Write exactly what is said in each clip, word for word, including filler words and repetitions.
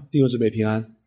弟兄姊妹平安。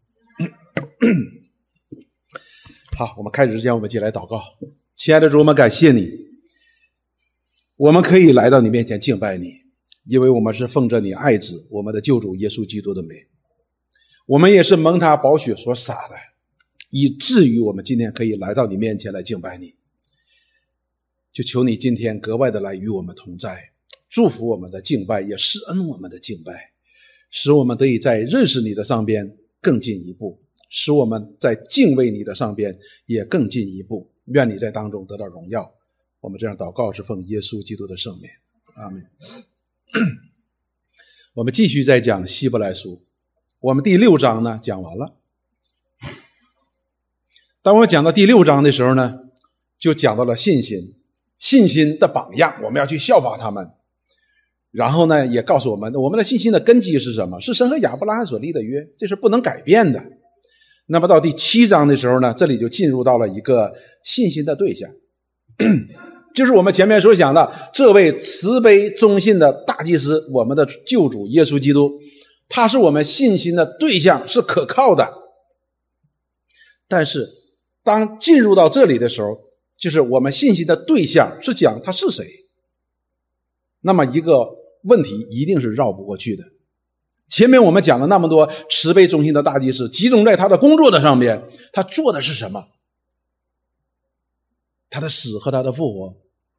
好，我们开始之前我们一起来祷告。亲爱的主，我们感谢你，我们可以来到你面前敬拜你，因为我们是奉着你爱子我们的救主耶稣基督的名，我们也是蒙他宝血所洒的，以至于我们今天可以来到你面前来敬拜你。就求你今天格外的来与我们同在，祝福我们的敬拜，也施恩我们的敬拜，使我们得以在认识你的上边更进一步，使我们在敬畏你的上边也更进一步。愿你在当中得到荣耀。我们这样祷告是奉耶稣基督的圣名，阿们。我们继续再讲希伯来书，我们第六章呢讲完了。当我讲到第六章的时候呢，就讲到了信心，信心的榜样，我们要去效法他们。然后呢，也告诉我们，我们的信心的根基是什么？是神和亚伯拉罕所立的约，这是不能改变的。那么到第七章的时候呢，这里就进入到了一个信心的对象，就是我们前面所讲的这位慈悲忠信的大祭司，我们的救主耶稣基督，他是我们信心的对象，是可靠的。但是当进入到这里的时候，就是我们信心的对象是讲他是谁，那么一个问题一定是绕不过去的。前面我们讲了那么多慈悲忠心的大祭司，集中在他的工作的上边，他做的是什么？他的死和他的复活。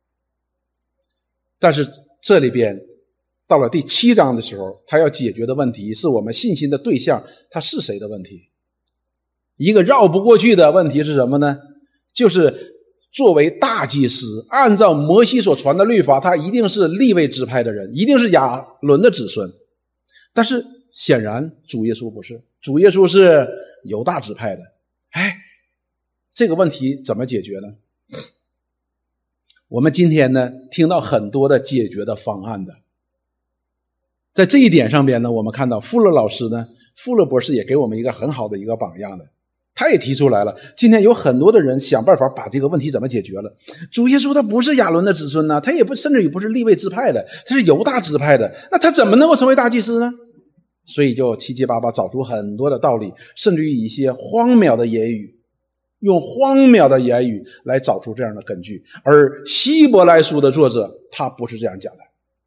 但是这里边到了第七章的时候，他要解决的问题是我们信心的对象他是谁的问题。一个绕不过去的问题是什么呢？就是作为大祭司，按照摩西所传的律法，他一定是利未支派的人，一定是亚伦的子孙。但是显然主耶稣不是，主耶稣是犹大支派的。哎，这个问题怎么解决呢？我们今天呢听到很多的解决的方案的。在这一点上边呢，我们看到富勒老师呢，富勒博士也给我们一个很好的一个榜样的。他也提出来了，今天有很多的人想办法把这个问题怎么解决了。主耶稣他不是亚伦的子孙呢，他也不甚至于不是利未支派的，他是犹大支派的，那他怎么能够成为大祭司呢？所以就七七八八找出很多的道理，甚至于一些荒谬的言语，用荒谬的言语来找出这样的根据。而希伯来书的作者他不是这样讲的。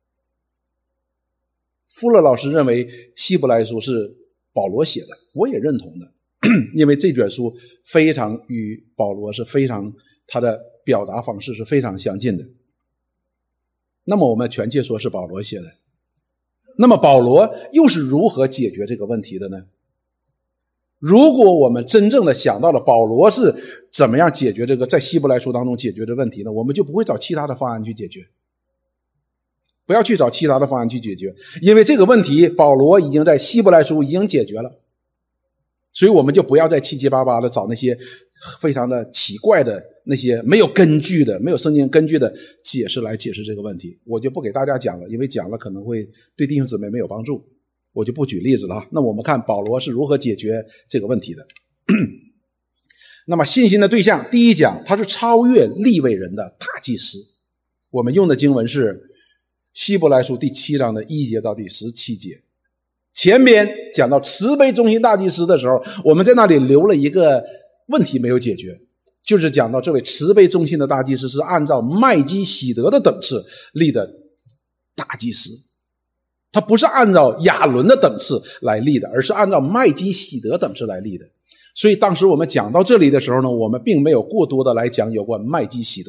富勒老师认为希伯来书是保罗写的，我也认同的，因为这卷书非常与保罗是非常，他的表达方式是非常相近的。那么我们全界说是保罗写的，那么保罗又是如何解决这个问题的呢？如果我们真正的想到了保罗是怎么样解决这个在希伯来书当中解决的问题呢，我们就不会找其他的方案去解决。不要去找其他的方案去解决，因为这个问题保罗已经在希伯来书已经解决了。所以我们就不要再七七八八的找那些非常的奇怪的那些没有根据的没有圣经根据的解释来解释这个问题。我就不给大家讲了，因为讲了可能会对弟兄姊妹没有帮助，我就不举例子了。那我们看保罗是如何解决这个问题的。那么信心的对象，第一讲他是超越利未人的大祭司。我们用的经文是希伯来书第七章的一节到第十七节。前边讲到慈悲忠心大祭司的时候，我们在那里留了一个问题没有解决，就是讲到这位慈悲忠心的大祭司是按照麦基洗德的等次立的大祭司，他不是按照亚伦的等次来立的，而是按照麦基洗德等次来立的。所以当时我们讲到这里的时候呢，我们并没有过多的来讲有关麦基洗德，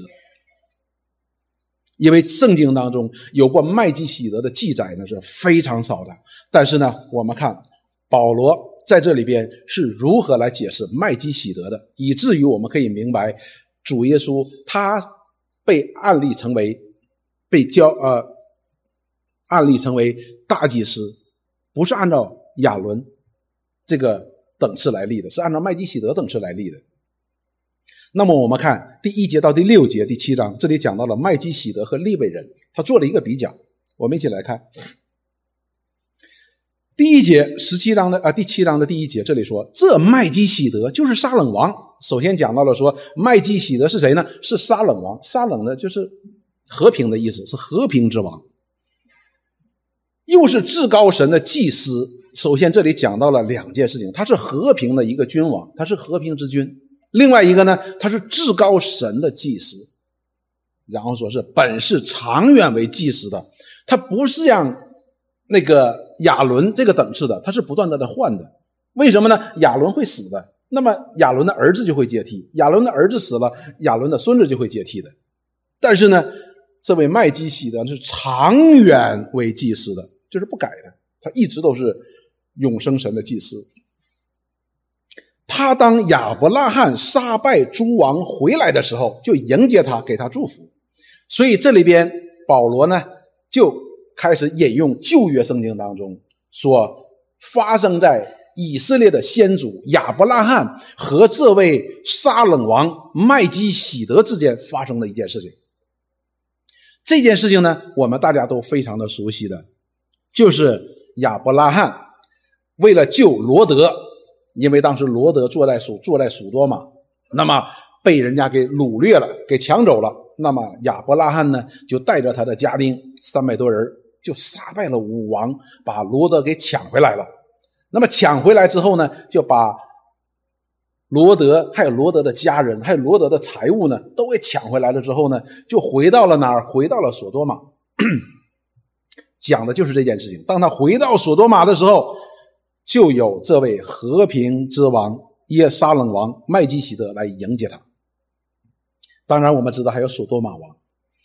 因为圣经当中有关麦基洗德的记载呢是非常少的。但是呢，我们看保罗在这里边是如何来解释麦基洗德的，以至于我们可以明白主耶稣他被按立成为被交呃按立成为大祭司，不是按照亚伦这个等次来立的，是按照麦基洗德等次来立的。那么我们看第一节到第六节第七章，这里讲到了麦基洗德和利未人，他做了一个比较。我们一起来看第一节十七章的啊第七章的第一节，这里说这麦基洗德就是撒冷王。首先讲到了说麦基洗德是谁呢？是撒冷王。撒冷呢就是和平的意思，是和平之王，又是至高神的祭司， 首先这里讲到了两件事情，他是和平的一个君王，他是和平之君。另外一个呢，他是至高神的祭司，然后说是本是长远为祭司的，他不是像那个亚伦这个等次的，他是不断的在换的。为什么呢？亚伦会死的，那么亚伦的儿子就会接替，亚伦的儿子死了，亚伦的孙子就会接替的。但是呢，这位麦基洗德是长远为祭司的，就是不改的，他一直都是永生神的祭司。他当亚伯拉罕杀败诸王回来的时候，就迎接他，给他祝福。所以这里边保罗呢就开始引用旧约圣经当中所发生在以色列的先祖亚伯拉罕和这位撒冷王麦基洗德之间发生的一件事情。这件事情呢，我们大家都非常的熟悉的，就是亚伯拉罕为了救罗德，因为当时罗德坐在属坐在属多玛，那么被人家给掳掠了，给抢走了。那么亚伯拉罕呢，就带着他的家丁三百多人，就杀败了武王，把罗德给抢回来了。那么抢回来之后呢，就把罗德还有罗德的家人还有罗德的财物呢都给抢回来了之后呢，就回到了哪儿？回到了索多玛。讲的就是这件事情。当他回到索多玛的时候，就有这位和平之王耶撒冷王麦基洗德来迎接他。当然我们知道还有索多玛王。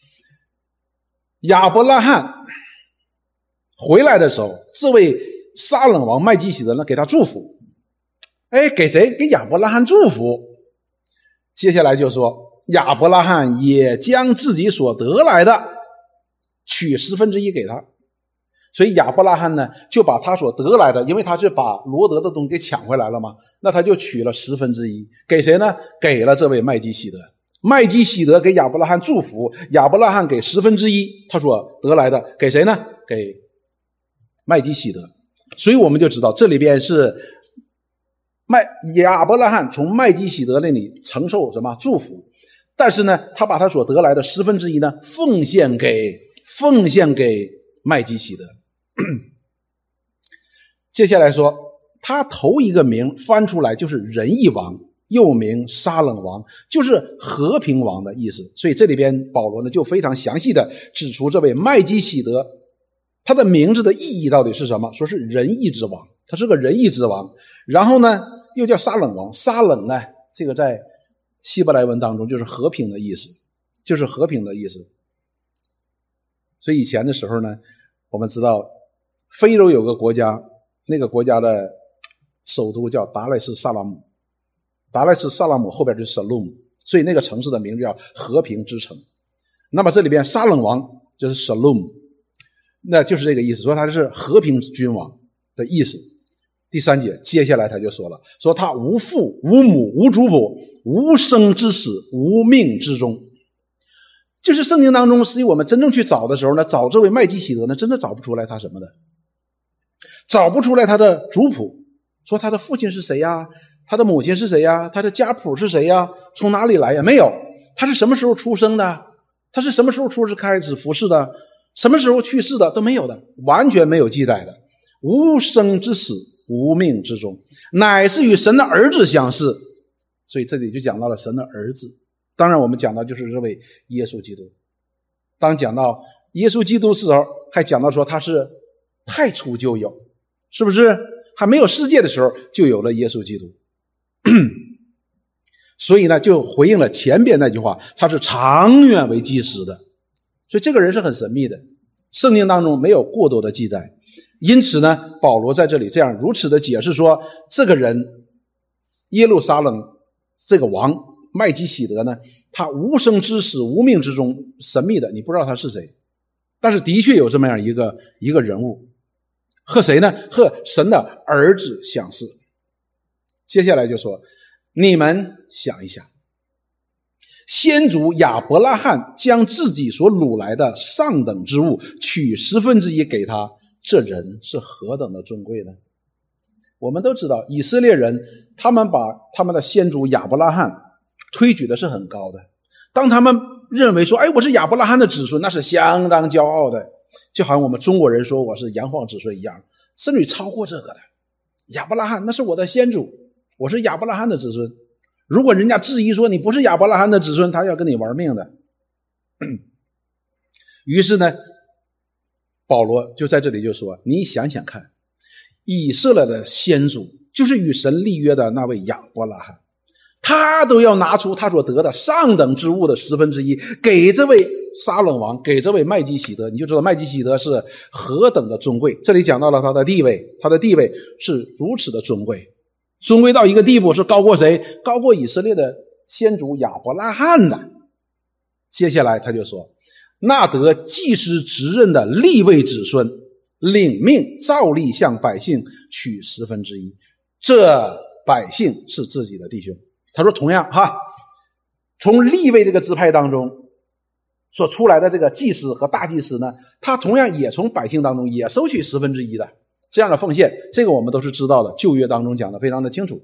亚伯拉罕回来的时候，这位撒冷王麦基洗德呢给他祝福。哎，给谁？给亚伯拉罕祝福。接下来就说亚伯拉罕也将自己所得来的取十分之一给他。所以亚伯拉罕呢就把他所得来的，因为他是把罗德的东西给抢回来了嘛，那他就取了十分之一给谁呢？给了这位麦基洗德。麦基洗德给亚伯拉罕祝福，亚伯拉罕给十分之一他所得来的给谁呢？给麦基洗德。所以我们就知道这里边是麦亚伯拉罕从麦基洗德那里承受什么祝福，但是呢他把他所得来的十分之一呢奉献给奉献给麦基洗德。接下来说他头一个名翻出来就是仁义王，又名撒冷王，就是和平王的意思。所以这里边保罗呢就非常详细的指出这位麦基洗德他的名字的意义到底是什么，说是仁义之王，他是个仁义之王。然后呢又叫撒冷王，撒冷呢这个在希伯来文当中就是和平的意思，就是和平的意思。所以以前的时候呢，我们知道非洲有个国家，那个国家的首都叫达赖斯萨拉姆，达赖斯萨拉姆后边就是沙鲁姆，所以那个城市的名字叫和平之城。那么这里边撒冷王就是沙鲁姆，那就是这个意思，说他是和平君王的意思。第三节接下来他就说了，说他无父无母无族谱，无生之始无命之终。就是圣经当中实际我们真正去找的时候呢，找这位麦基洗德呢真的找不出来他什么的，找不出来他的族谱，说他的父亲是谁呀，他的母亲是谁呀，他的家谱是谁呀，从哪里来呀，没有。他是什么时候出生的，他是什么时候出世开始服侍的，什么时候去世的，都没有的，完全没有记载的。无生之始无命之终，乃是与神的儿子相似。所以这里就讲到了神的儿子，当然我们讲到就是这位耶稣基督。当讲到耶稣基督的时候，还讲到说他是太初就有，是不是？还没有世界的时候就有了耶稣基督。所以呢就回应了前边那句话，他是长远为祭司的。所以这个人是很神秘的，圣经当中没有过多的记载。因此呢保罗在这里这样如此的解释说，这个人耶路撒冷这个王麦基洗德呢，他无生之始无命之终，神秘的，你不知道他是谁，但是的确有这么样一个一个人物，和谁呢？和神的儿子相似。接下来就说，你们想一想，先祖亚伯拉罕将自己所掳来的上等之物取十分之一给他，这人是何等的尊贵呢？我们都知道以色列人他们把他们的先祖亚伯拉罕推举的是很高的，当他们认为说哎，我是亚伯拉罕的子孙，那是相当骄傲的，就好像我们中国人说我是炎黄子孙一样，甚至超过这个的。 亚伯拉罕那是我的先祖，我是亚伯拉罕的子孙。如果人家质疑说你不是亚伯拉罕的子孙，他要跟你玩命的。于是呢，保罗就在这里就说，你想想看，以色列的先祖就是与神立约的那位亚伯拉罕，他都要拿出他所得的上等之物的十分之一给这位撒冷王，给这位麦基洗德，你就知道麦基洗德是何等的尊贵。这里讲到了他的地位，他的地位是如此的尊贵，尊贵到一个地步，是高过谁？高过以色列的先祖亚伯拉罕的。接下来他就说，那得祭司职任的利未子孙领命照例向百姓取十分之一，这百姓是自己的弟兄。他说同样哈，从利未这个支派当中所出来的这个祭司和大祭司呢，他同样也从百姓当中也收取十分之一的这样的奉献，这个我们都是知道的，旧约当中讲的非常的清楚。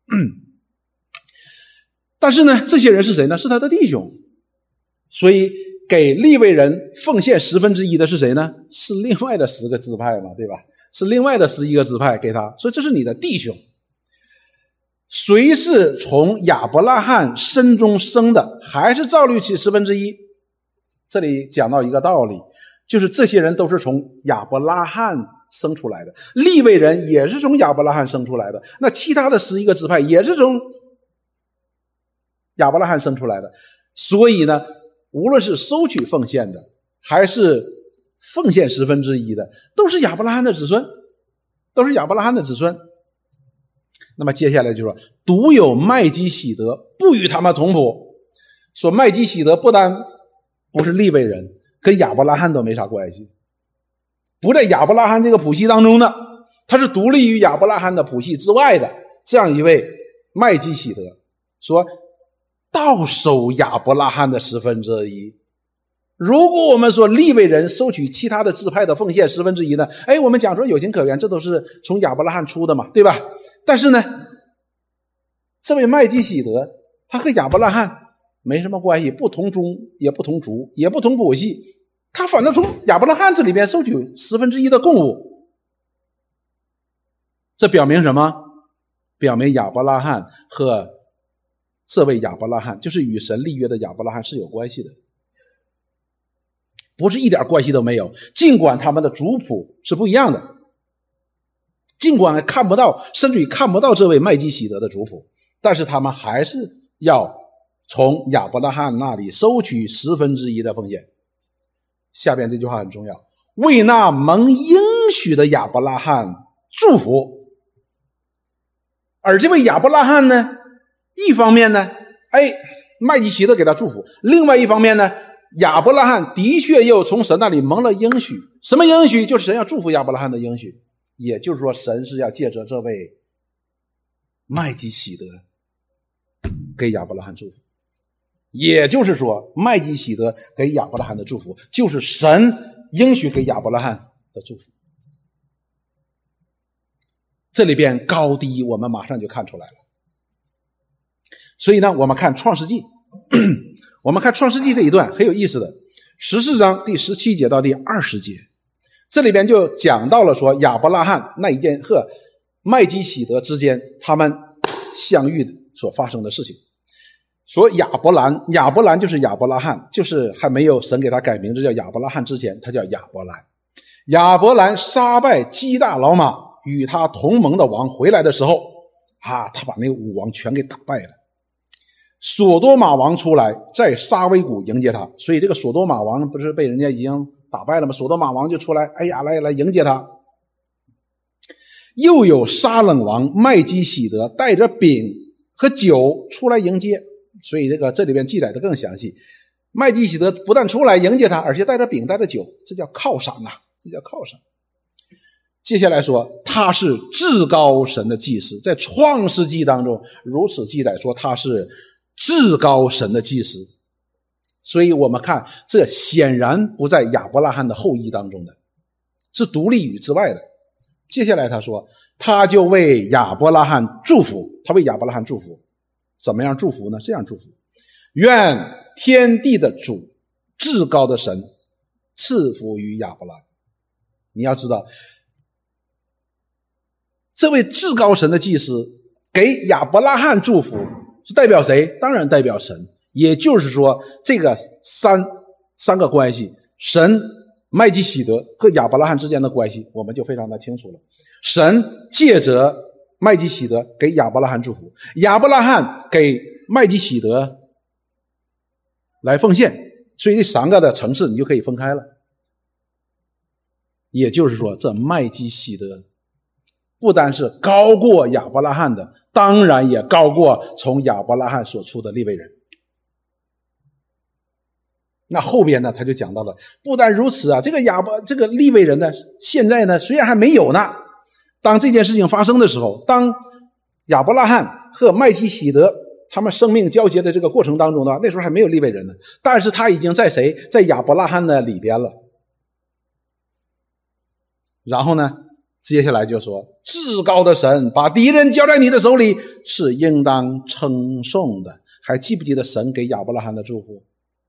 但是呢，这些人是谁呢？是他的弟兄，所以给利未人奉献十分之一的是谁呢？是另外的十个支派嘛，对吧？是另外的十一个支派给他，所以这是你的弟兄。谁是从亚伯拉罕身中生的，还是照律取十分之一。这里讲到一个道理，就是这些人都是从亚伯拉罕生出来的，利未人也是从亚伯拉罕生出来的，那其他的十一个支派也是从亚伯拉罕生出来的。所以呢，无论是收取奉献的还是奉献十分之一的，都是亚伯拉罕的子孙，都是亚伯拉罕的子孙。那么接下来就说，独有麦基洗德不与他们同谱。说麦基洗德不但不是利未人，跟亚伯拉罕都没啥关系，不在亚伯拉罕这个谱系当中的，他是独立于亚伯拉罕的谱系之外的这样一位麦基洗德。说到手亚伯拉罕的十分之一。如果我们说利未人收取其他的支派的奉献十分之一呢，哎，我们讲说有情可原，这都是从亚伯拉罕出的嘛，对吧？但是呢，这位麦基洗德他和亚伯拉罕没什么关系，不同宗也不同族也不同谱系，他反正从亚伯拉罕这里边收取十分之一的供物。这表明什么？表明亚伯拉罕和这位亚伯拉罕，就是与神立约的亚伯拉罕是有关系的，不是一点关系都没有。尽管他们的族谱是不一样的，尽管看不到，甚至于看不到这位麦基洗德的族谱，但是他们还是要从亚伯拉罕那里收取十分之一的奉献。下边这句话很重要，为那蒙应许的亚伯拉罕祝福。而这位亚伯拉罕呢，一方面呢，哎，麦基洗德给他祝福，另外一方面呢，亚伯拉罕的确又从神那里蒙了应许。什么应许？就是神要祝福亚伯拉罕的应许。也就是说，神是要借着这位麦基洗德给亚伯拉罕祝福。也就是说，麦基洗德给亚伯拉罕的祝福，就是神应许给亚伯拉罕的祝福。这里边高低我们马上就看出来了。所以呢，我们看创世纪，我们看创世纪这一段很有意思的，十四章第十七节到第二十节，这里边就讲到了说亚伯拉罕那一件和麦基洗德之间他们相遇所发生的事情。说亚伯兰，亚伯兰就是亚伯拉罕，就是还没有神给他改名字叫亚伯拉罕之前，他叫亚伯兰。亚伯兰杀败基大老马与他同盟的王回来的时候啊，他把那个武王全给打败了。索多玛王出来在沙威谷迎接他，所以这个索多玛王不是被人家已经打败了吗？索多玛王就出来，哎呀，来来迎接他。又有沙冷王麦基洗德带着饼和酒出来迎接，所以这个这里边记载的更详细。麦基洗德不但出来迎接他，而且带着饼带着酒，这叫犒赏啊，这叫犒赏。接下来说他是至高神的祭司，在创世纪当中如此记载说他是至高神的祭司。所以我们看这显然不在亚伯拉罕的后裔当中的，是独立于之外的。接下来他说他就为亚伯拉罕祝福，他为亚伯拉罕祝福。怎么样祝福呢？这样祝福，愿天地的主至高的神赐福于亚伯拉罕。你要知道这位至高神的祭司给亚伯拉罕祝福，是代表谁？当然代表神。也就是说，这个三三个关系，神、麦基洗德和亚伯拉罕之间的关系，我们就非常的清楚了。神借着麦基洗德给亚伯拉罕祝福，亚伯拉罕给麦基洗德来奉献，所以这三个的层次你就可以分开了。也就是说，这麦基洗德不单是高过亚伯拉罕的，当然也高过从亚伯拉罕所出的利未人。那后边呢，他就讲到了，不但如此啊，这个亚伯这个利未人呢，现在呢虽然还没有呢，当这件事情发生的时候，当亚伯拉罕和麦基洗德他们生命交接的这个过程当中呢，那时候还没有利未人呢，但是他已经在谁？在亚伯拉罕的里边了。然后呢，接下来就说，至高的神把敌人交在你的手里，是应当称颂的。还记不记得神给亚伯拉罕的祝福？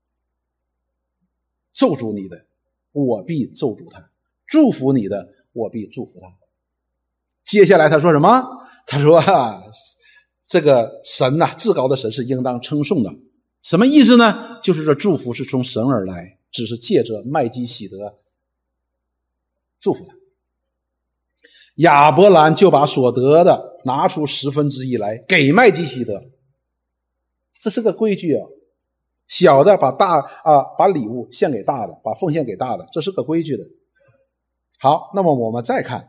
咒诅你的，我必咒诅他；祝福你的，我必祝福他。接下来他说什么？他说啊，这个神呐、啊，至高的神是应当称颂的。什么意思呢？就是这祝福是从神而来，只是借着麦基洗德祝福他。亚伯兰就把所得的拿出十分之一来给麦基洗德，这是个规矩啊。小的把大啊把礼物献给大的，把奉献给大的，这是个规矩的。好，那么我们再看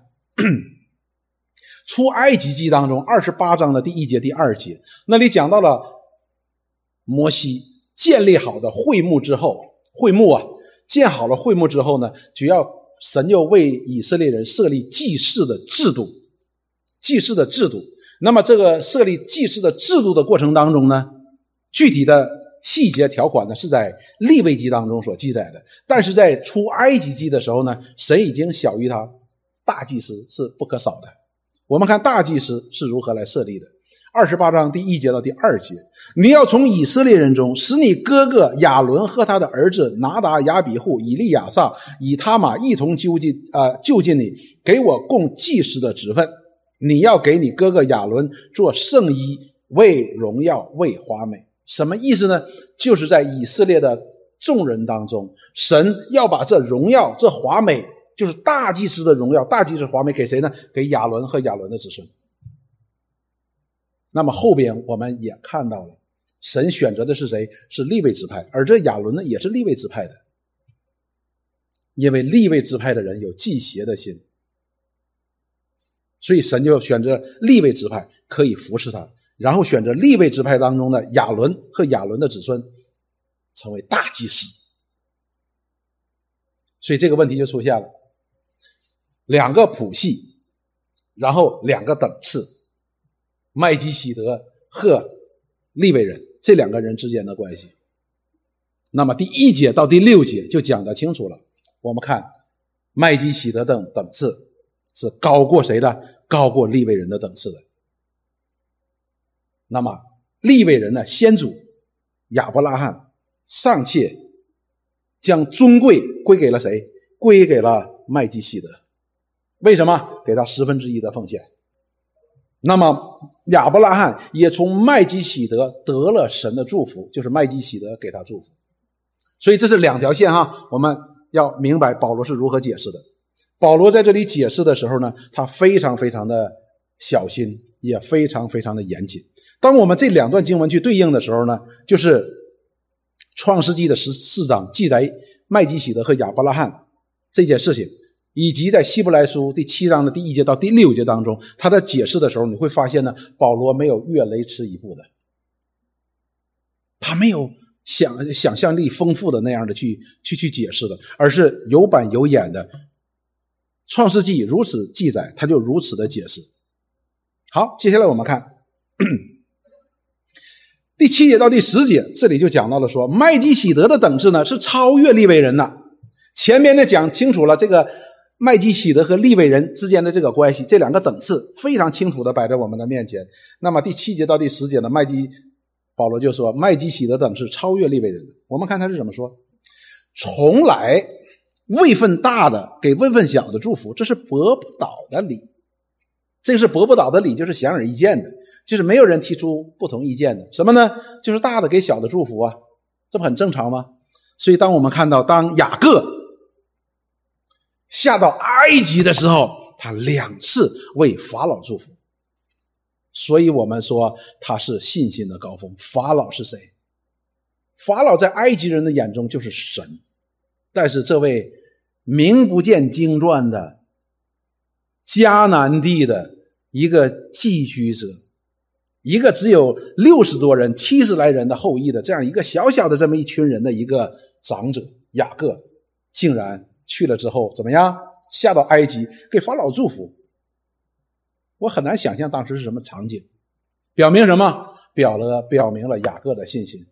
出埃及记当中二十八章的第一节第二节，那里讲到了摩西建立好的会幕之后，会幕啊建好了会幕之后呢，主要神又为以色列人设立祭祀的制度，祭祀的制度。那么这个设立祭祀的制度的过程当中呢，具体的细节条款呢是在利未记当中所记载的，但是在出埃及记的时候呢，神已经晓谕他大祭司是不可少的。我们看大祭司是如何来设立的。二十八章第一节到第二节，你要从以色列人中使你哥哥亚伦和他的儿子拿达、亚比户、以利亚撒、以他玛一同就近呃就近你，给我供祭司的职分。你要给你哥哥亚伦做圣衣，为荣耀，为华美。什么意思呢？就是在以色列的众人当中，神要把这荣耀、这华美，就是大祭司的荣耀、大祭司华美给谁呢？给亚伦和亚伦的子孙。那么后边我们也看到了，神选择的是谁？是利未支派，而这亚伦呢也是利未支派的，因为利未支派的人有祭邪的心，所以神就选择利未支派可以服侍他，然后选择利未支派当中的亚伦和亚伦的子孙成为大祭司。所以这个问题就出现了，两个谱系，然后两个等次，麦基洗德和利未人这两个人之间的关系。那么第一节到第六节就讲得清楚了。我们看麦基洗德等等次是高过谁的？高过利未人的等次的。那么利未人呢，先祖亚伯拉罕尚且将尊贵归给了谁？归给了麦基洗德。为什么？给他十分之一的奉献。那么亚伯拉罕也从麦基洗德得了神的祝福，就是麦基洗德给他祝福。所以这是两条线哈，我们要明白保罗是如何解释的。保罗在这里解释的时候呢，他非常非常的小心，也非常非常的严谨。当我们这两段经文去对应的时候呢，就是创世纪的十四章记载麦基洗德和亚伯拉罕这件事情，以及在希伯来书第七章的第一节到第六节当中，他在解释的时候，你会发现呢，保罗没有越雷池一步的，他没有想想象力丰富的那样的去去去解释的，而是有板有眼的。创世纪如此记载，他就如此的解释。好，接下来我们看第七节到第十节，这里就讲到了说，麦基洗德的等次呢是超越利未人的。前面呢讲清楚了这个麦基洗德和利未人之间的这个关系，这两个等次非常清楚的摆在我们的面前。那么第七节到第十节呢，麦基保罗就说麦基洗德等次超越利未人的。我们看他是怎么说，从来位分大的给位分小的祝福，这是驳不倒的理。 这个是驳不倒的理，就是显而易见的，就是没有人提出不同意见的。什么呢？就是大的给小的祝福啊，这不很正常吗？所以当我们看到当雅各下到埃及的时候，他两次为法老祝福，所以我们说他是信心的高峰。法老是谁？法老在埃及人的眼中就是神，但是这位名不见经传的迦南地的一个寄居者，一个只有六十多人七十来人的后裔的这样一个小小的这么一群人的一个长者雅各，竟然去了之后怎么样？下到埃及给法老祝福。我很难想象当时是什么场景，表明什么？表了表明了雅各的信心，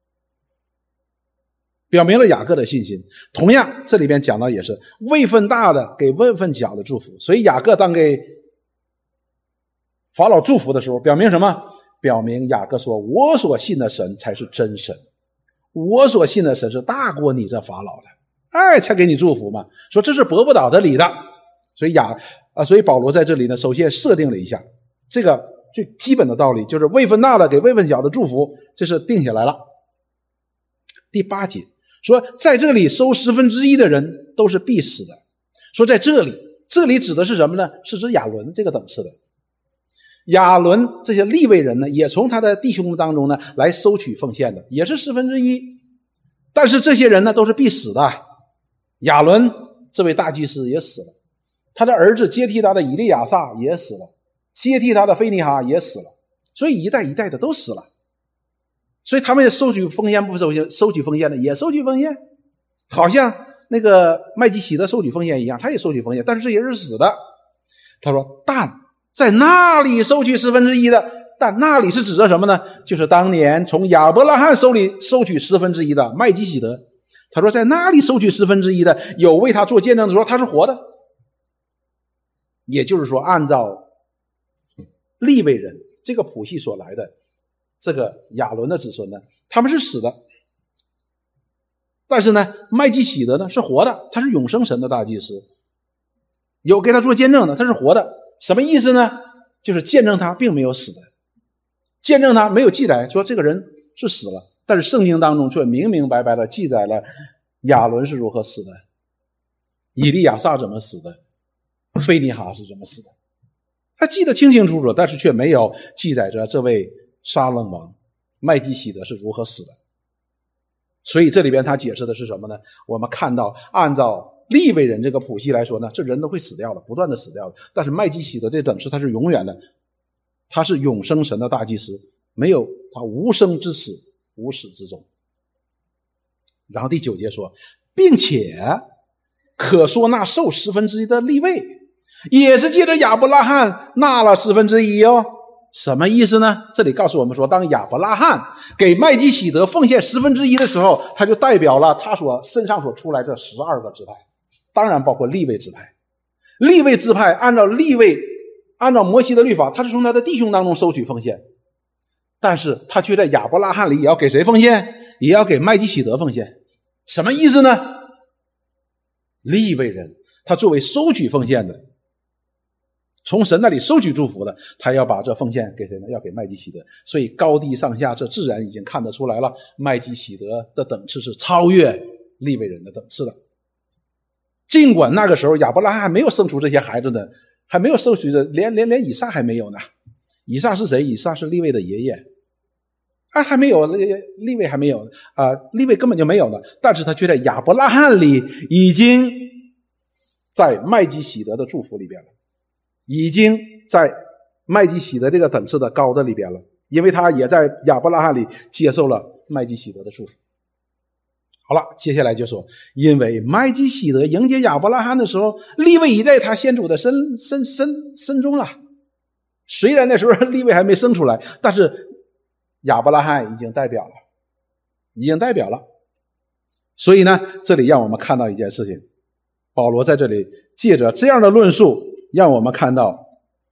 表明了雅各的信心。同样这里边讲到也是位分大的给位分小的祝福，所以雅各当给法老祝福的时候，表明什么？表明雅各说，我所信的神才是真神，我所信的神是大过你这法老的，哎，才给你祝福嘛。说这是驳不倒的理的。所以雅啊，所以保罗在这里呢，首先设定了一下这个最基本的道理，就是位分大的给位分小的祝福，这是定下来了。第八节说，在这里收十分之一的人都是必死的。说在这里，这里指的是什么呢？是指亚伦这个等次的。亚伦这些利未人呢，也从他的弟兄当中呢来收取奉献的，也是十分之一。但是这些人呢都是必死的。亚伦这位大祭司也死了，他的儿子接替他的以利亚撒也死了，接替他的菲尼哈也死了，所以一代一代的都死了。所以他们也收取奉献不收取收取奉献的也收取奉献，好像那个麦基洗德收取奉献一样，他也收取奉献，但是这些人是死的。他说但在那里收取十分之一的，但那里是指着什么呢？就是当年从亚伯拉罕手里收取十分之一的麦基洗德。他说在那里收取十分之一的，有为他做见证的时候，他是活的。也就是说，按照利未人这个谱系所来的这个亚伦的子孙呢，他们是死的。但是呢，麦基洗德呢是活的，他是永生神的大祭司，有给他做见证的，他是活的。什么意思呢？就是见证他并没有死的，见证他没有记载说这个人是死了，但是圣经当中却明明白白的记载了亚伦是如何死的，以利亚撒怎么死的，菲尼哈是怎么死的，他记得清清楚楚，但是却没有记载着这位沙楞王麦基洗德是如何死的。所以这里边他解释的是什么呢？我们看到按照利未人这个谱系来说呢，这人都会死掉的，不断的死掉的。但是麦基洗德这等次他是永远的，他是永生神的大祭司，没有他无生之死，无始之终。然后第九节说，并且可说那受十分之一的利未也是借着亚伯拉罕纳了十分之一哦。什么意思呢？这里告诉我们说，当亚伯拉罕给麦基洗德奉献十分之一的时候，他就代表了他所身上所出来这十二个支派，当然包括利未支派。利未支派按照利未按照摩西的律法，他是从他的弟兄当中收取奉献，但是他却在亚伯拉罕里也要给谁奉献？也要给麦基洗德奉献。什么意思呢？利未人他作为收取奉献的，从神那里收取祝福的，他要把这奉献给谁呢？要给麦基洗德。所以高低上下这自然已经看得出来了，麦基洗德的等次是超越利未人的等次的。尽管那个时候亚伯拉罕还没有生出这些孩子呢，还没有收取的，连连连以撒还没有呢。以撒是谁？以撒是利未的爷爷啊，还没有，利未还没有啊，利未根本就没有呢。但是他却在亚伯拉罕里已经在麦基洗德的祝福里边了，已经在麦基洗德这个等次的高的里边了，因为他也在亚伯拉罕里接受了麦基洗德的祝福。好了，接下来就说，因为麦基洗德迎接亚伯拉罕的时候，利未已在他先祖的身身身身中了。虽然那时候利未还没生出来，但是亚伯拉罕已经代表了，已经代表了。所以呢，这里让我们看到一件事情，保罗在这里借着这样的论述，让我们看到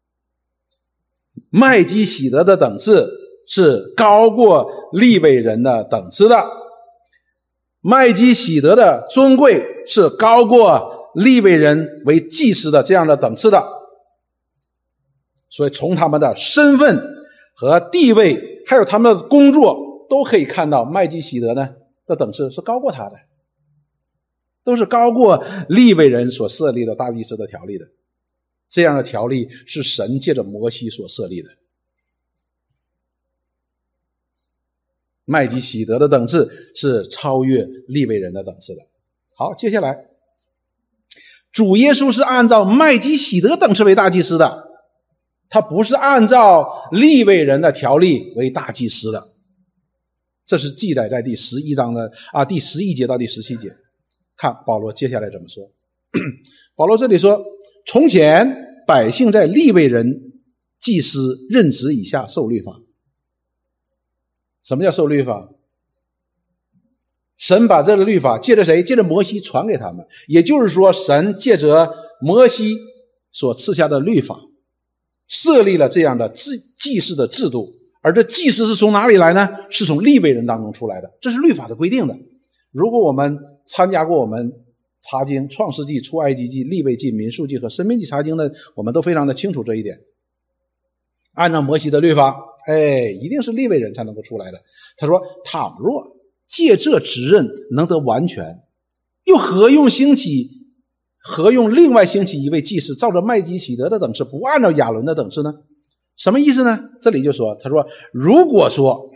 麦基洗德的等次是高过利未人的等次的，麦基洗德的尊贵是高过利未人为祭司的这样的等次的。 所以从他们的身份和地位还有他们的工作都可以看到，麦基洗德呢的等次是高过他的，都是高过利未人所设立的大祭司的条例的。这样的条例是神借着摩西所设立的。麦基洗德的等次是超越利未人的等次的。好，接下来主耶稣是按照麦基洗德等次为大祭司的，他不是按照利未人的条例为大祭司的。这是记载在第十一章的啊第十一节到第十七节。看保罗接下来怎么说。保罗这里说，从前百姓在利未人祭司任职以下受律法。什么叫受律法？神把这个律法借着谁？借着摩西传给他们。也就是说，神借着摩西所赐下的律法设立了这样的祭祀的制度。而这祭司是从哪里来呢？是从利未人当中出来的，这是律法的规定的。如果我们参加过我们查经创世纪、出埃及记、利未记、民数记和申命记查经的，我们都非常的清楚这一点。按照摩西的律法，哎，一定是利未人才能够出来的。他说，倘若借这职任能得完全，又何用兴起何用另外兴起一位祭司，照着麦基洗德的等次，不按照亚伦的等次呢？什么意思呢？这里就说，他说，如果说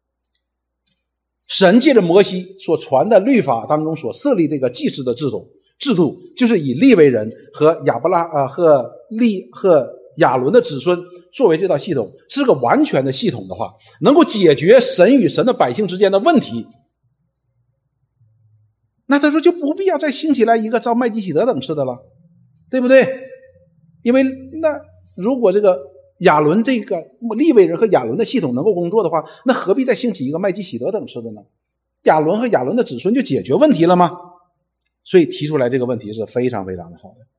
神借着摩西所传的律法当中所设立这个祭司的制度，制度就是以利未人和亚伯拉呃和利和亚伦的子孙作为这套系统，是个完全的系统的话，能够解决神与神的百姓之间的问题，那他说就不必要再兴起来一个照麦基洗德等次的了，对不对？因为那如果这个亚伦这个利未人和亚伦的系统能够工作的话，那何必再兴起一个麦基洗德等次的呢？亚伦和亚伦的子孙就解决问题了吗？所以提出来这个问题是非常非常的好的。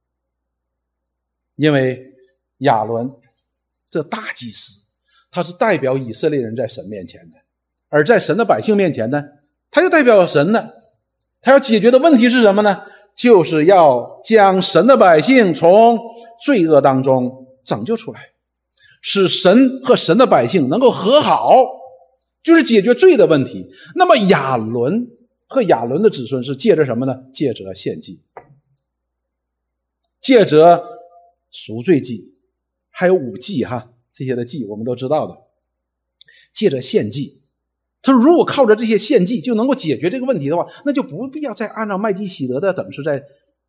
因为亚伦这大祭司，他是代表以色列人在神面前的，而在神的百姓面前呢，他又代表神呢，他要解决的问题是什么呢？就是要将神的百姓从罪恶当中拯救出来，使神和神的百姓能够和好，就是解决罪的问题。那么亚伦和亚伦的子孙是借着什么呢？借着献祭，借着赎罪祭，还有五祭哈，这些的祭我们都知道的，借着献祭。他说如果靠着这些献祭就能够解决这个问题的话，那就不必要再按照麦基洗德的等次再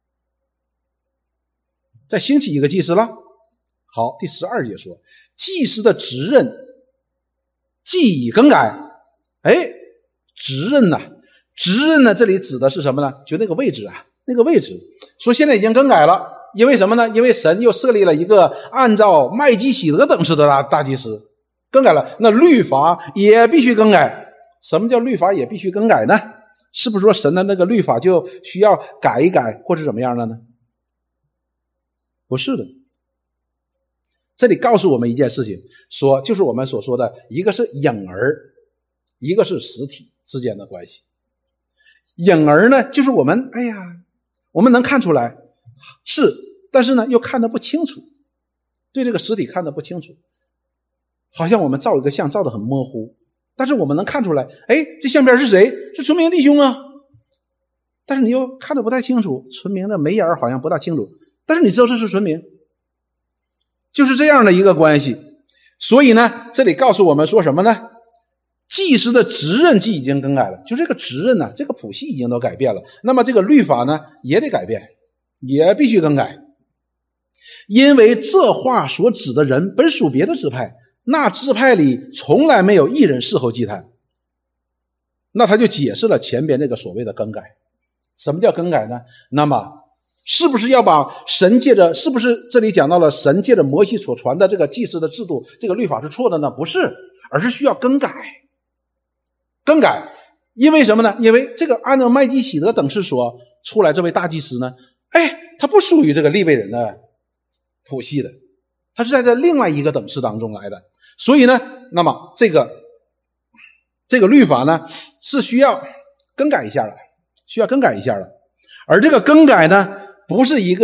再兴起一个祭司了。好，第十二节说，祭司的职任既已更改。哎，职任呢、啊？职任呢？这里指的是什么呢？就那个位置啊，那个位置。说现在已经更改了，因为什么呢？因为神又设立了一个按照麦基洗德等次的大大祭司，更改了，那律法也必须更改。什么叫律法也必须更改呢？是不是说神的那个律法就需要改一改，或者怎么样的呢？不是的。这里告诉我们一件事情，说就是我们所说的，一个是影儿，一个是实体之间的关系。影儿呢，就是我们哎呀，我们能看出来是，但是呢又看得不清楚，对这个实体看得不清楚，好像我们照一个像照得很模糊，但是我们能看出来，哎，这相片是谁？是纯明弟兄啊，但是你又看得不太清楚，纯明的眉眼好像不大清楚，但是你知道这是纯明，就是这样的一个关系。所以呢，这里告诉我们说什么呢？祭司的职任既已经更改了，就这个职任呢，这个谱系已经都改变了，那么这个律法呢也得改变，也必须更改。因为这话所指的人本属别的支派，那支派里从来没有一人侍候祭坛。那他就解释了前边这个所谓的更改。什么叫更改呢？那么是不是要把神借着，是不是这里讲到了神借着摩西所传的这个祭司的制度，这个律法是错的呢？不是，而是需要更改。更改，因为什么呢？因为这个按照麦基洗德等次所出来这位大祭司呢，哎，他不属于这个利未人的谱系的，他是在这另外一个等次当中来的。所以呢，那么这个这个律法呢是需要更改一下的，需要更改一下的。而这个更改呢，不是一个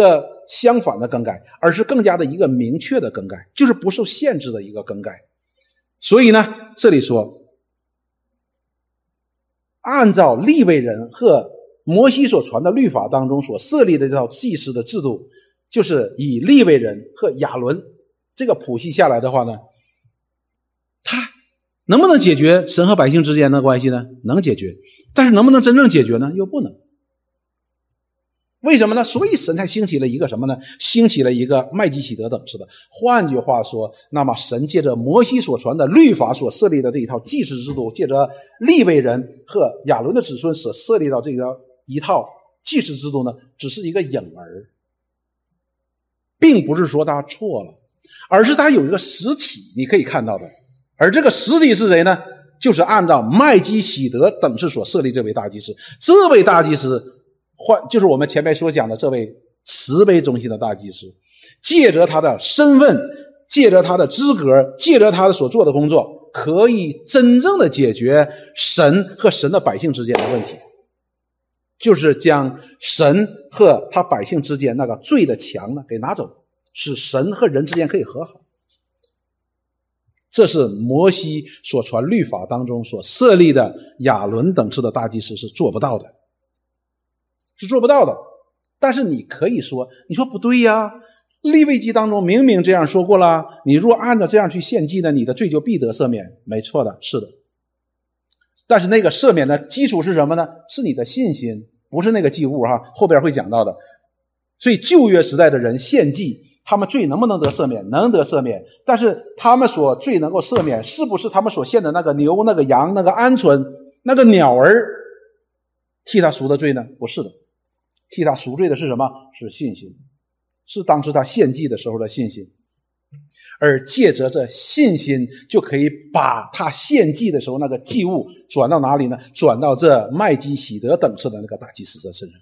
相反的更改，而是更加的一个明确的更改，就是不受限制的一个更改。所以呢，这里说按照利未人和摩西所传的律法当中所设立的这套祭司的制度，就是以利未人和亚伦这个谱系下来的话呢，他能不能解决神和百姓之间的关系呢？能解决，但是能不能真正解决呢？又不能。为什么呢？所以神才兴起了一个什么呢？兴起了一个麦基洗德等次的。换句话说，那么神借着摩西所传的律法所设立的这一套祭司制度，借着利未人和亚伦的子孙所设立到这个一套祭司制度呢，只是一个影儿，并不是说他错了，而是他有一个实体你可以看到的。而这个实体是谁呢？就是按照麦基洗德等次所设立这位大祭司。这位大祭司换就是我们前面所讲的这位慈悲中心的大祭司，借着他的身份，借着他的资格，借着他的所做的工作，可以真正的解决神和神的百姓之间的问题，就是将神和他百姓之间那个罪的墙呢给拿走，使神和人之间可以和好。这是摩西所传律法当中所设立的亚伦等次的大祭司是做不到的，是做不到的。但是你可以说，你说不对呀，利未记当中明明这样说过了，你若按照这样去献祭呢，你的罪就必得赦免。没错的，是的。但是那个赦免的基础是什么呢？是你的信心，不是那个祭物哈，后边会讲到的。所以旧约时代的人献祭，他们罪能不能得赦免？能得赦免。但是他们所罪能够赦免，是不是他们所献的那个牛、那个羊、那个鹌鹑、那个鸟儿替他赎的罪呢？不是的。替他赎罪的是什么？是信心，是当时他献祭的时候的信心。而借着这信心，就可以把他献祭的时候那个祭物转到哪里呢？转到这麦基洗德等次的那个大祭司的身上。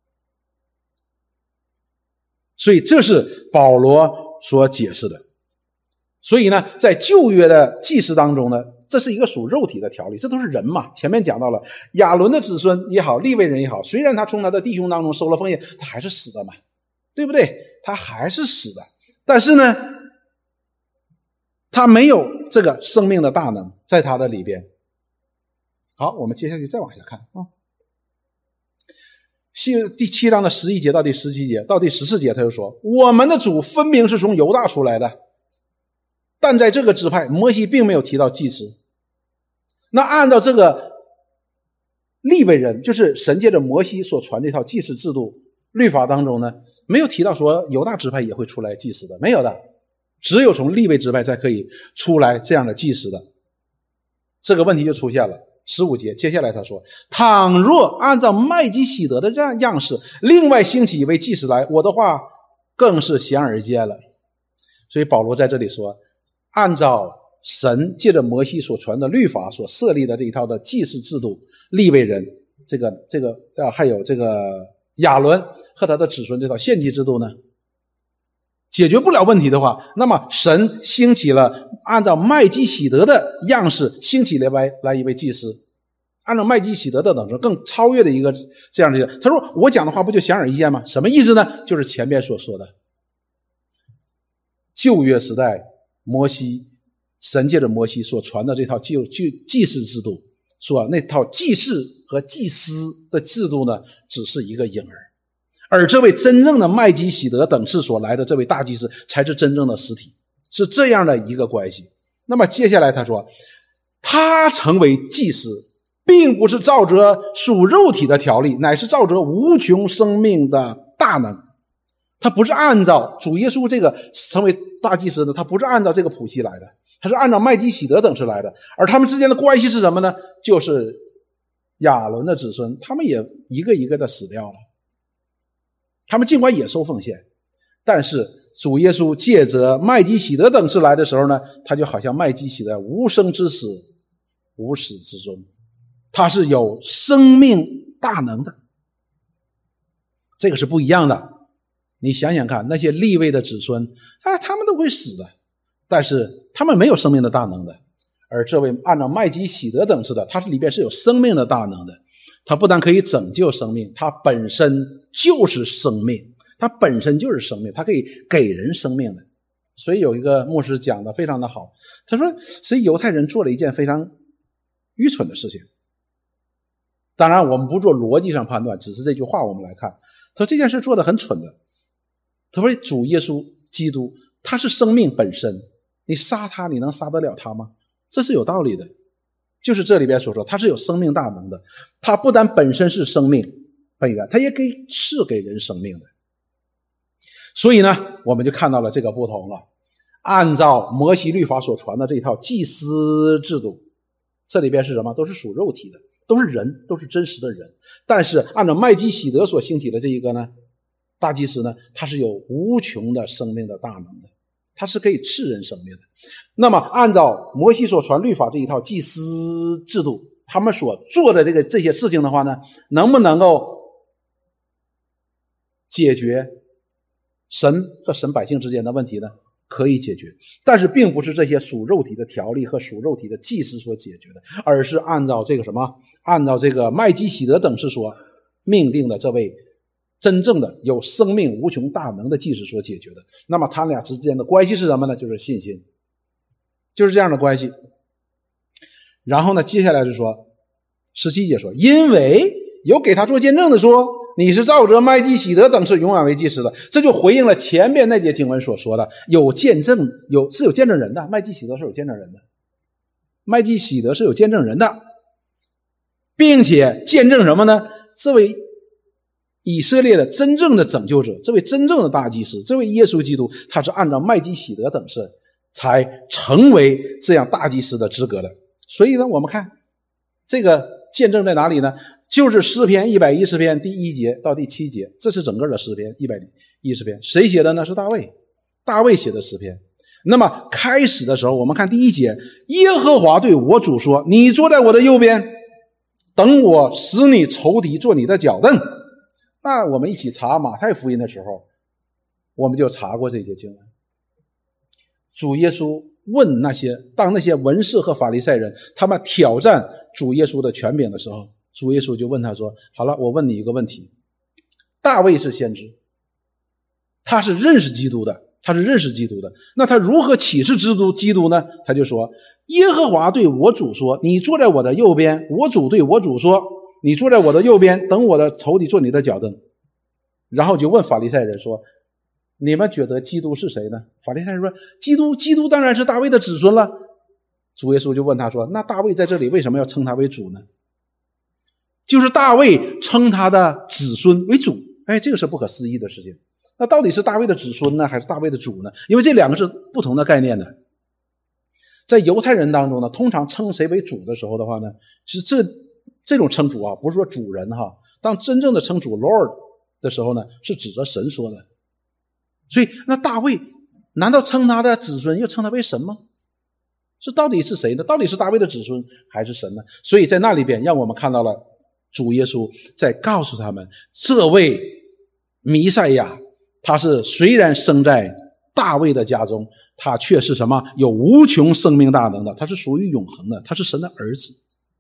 所以这是保罗所解释的。所以呢，在旧约的祭司当中呢，这是一个属肉体的条例，这都是人嘛。前面讲到了亚伦的子孙也好，利未人也好，虽然他从他的弟兄当中收了封印，他还是死的嘛，对不对？他还是死的。但是呢，他没有这个生命的大能在他的里边。好，我们接下去再往下看啊。第七章的十一节到第十七节到第十四节，他就说，我们的主分明是从犹大出来的，但在这个支派摩西并没有提到祭司。那按照这个利未人，就是神借着摩西所传这套祭司制度律法当中呢，没有提到说犹大支派也会出来祭司的，没有的，只有从利未支派才可以出来这样的祭司的。这个问题就出现了。十五节接下来他说，倘若按照麦基洗德的这样样式另外兴起一位祭司来，我的话更是显而易见了。所以保罗在这里说，按照神借着摩西所传的律法所设立的这一套的祭司制度，利未人这个这个呃还有这个亚伦和他的子孙这套献祭制度呢，解决不了问题的话，那么神兴起了按照麦基洗德的样式兴起来来一位祭司，按照麦基洗德的等着更超越的一个这样的。他说我讲的话不就显而易见吗？什么意思呢？就是前面所说的旧约时代摩西神借着摩西所传的这套祭祭祀制度，说那套祭祀和祭司的制度呢，只是一个影儿，而这位真正的麦基洗德等次所来的这位大祭司才是真正的实体，是这样的一个关系。那么接下来他说，他成为祭司并不是照着属肉体的条例，乃是照着无穷生命的大能。他不是按照主耶稣这个成为大祭司的，他不是按照这个谱系来的，他是按照麦基洗德等次来的。而他们之间的关系是什么呢？就是亚伦的子孙，他们也一个一个的死掉了，他们尽管也收奉献，但是主耶稣借着麦基洗德等次来的时候呢，他就好像麦基洗德无生之始无始之终，他是有生命大能的，这个是不一样的。你想想看，那些利未的子孙啊，他们都会死的，但是他们没有生命的大能的。而这位按照麦基洗德等次的，他里边是有生命的大能的，他不但可以拯救生命，他本身就是生命， 它本身就是生命，它可以给人生命的。所以有一个牧师讲的非常的好，他说所以犹太人做了一件非常愚蠢的事情。当然我们不做逻辑上判断，只是这句话我们来看，他说这件事做得很蠢的。他说主耶稣基督他是生命本身，你杀他你能杀得了他吗？这是有道理的，就是这里边所说他是有生命大能的，他不但本身是生命本源，他也可以赐给人生命的。所以呢我们就看到了这个不同了。按照摩西律法所传的这一套祭司制度，这里边是什么？都是属肉体的，都是人，都是真实的人。但是按照麦基洗德所兴起的这一个呢大祭司呢，他是有无穷的生命的大能的，他是可以赐人生命的。那么按照摩西所传律法这一套祭司制度，他们所做的这个这些事情的话呢，能不能够解决神和神百姓之间的问题呢？可以解决，但是并不是这些属肉体的条例和属肉体的祭司所解决的，而是按照这个什么，按照这个麦基洗德等事所命定的这位真正的有生命无穷大能的祭司所解决的。那么他俩之间的关系是什么呢？就是信心，就是这样的关系。然后呢接下来就说十七节说，因为有给他做见证的说，你是照着麦基洗德等事永远为祭司的。这就回应了前面那节经文所说的，有见证，有是有见证人的，麦基洗德是有见证人的，麦基洗德是有见证人的，并且见证什么呢？这位以色列的真正的拯救者，这位真正的大祭司，这位耶稣基督，他是按照麦基洗德等事才成为这样大祭司的资格的。所以呢我们看这个见证在哪里呢？就是诗篇一百一十篇第一节到第七节，这是整个的诗篇一百一十篇。谁写的呢？是大卫，大卫写的诗篇。那么开始的时候我们看第一节，耶和华对我主说，你坐在我的右边，等我使你仇敌做你的脚凳。那我们一起查马太福音的时候，我们就查过这节经文。主耶稣问那些，当那些文士和法利赛人他们挑战主耶稣的权柄的时候，主耶稣就问他说，好了，我问你一个问题，大卫是先知，他是认识基督的，他是认识基督的，那他如何启示基督基督呢？他就说，耶和华对我主说，你坐在我的右边，我主对我主说，你坐在我的右边，等我的仇敌做你的脚凳。然后就问法利赛人说，你们觉得基督是谁呢？法利赛人说，基督基督当然是大卫的子孙了。主耶稣就问他说，那大卫在这里为什么要称他为主呢？就是大卫称他的子孙为主。哎，这个是不可思议的事情。那到底是大卫的子孙呢，还是大卫的主呢？因为这两个是不同的概念的。在犹太人当中呢，通常称谁为主的时候的话呢，是这这种称主啊，不是说主人哈，当真正的称主 Lord 的时候呢，是指着神说的。所以那大卫难道称他的子孙又称他为神吗？这到底是谁呢？到底是大卫的子孙还是神呢？所以在那里边让我们看到了主耶稣在告诉他们，这位弥赛亚他是虽然生在大卫的家中，他却是什么？有无穷生命大能的，他是属于永恒的，他是神的儿子，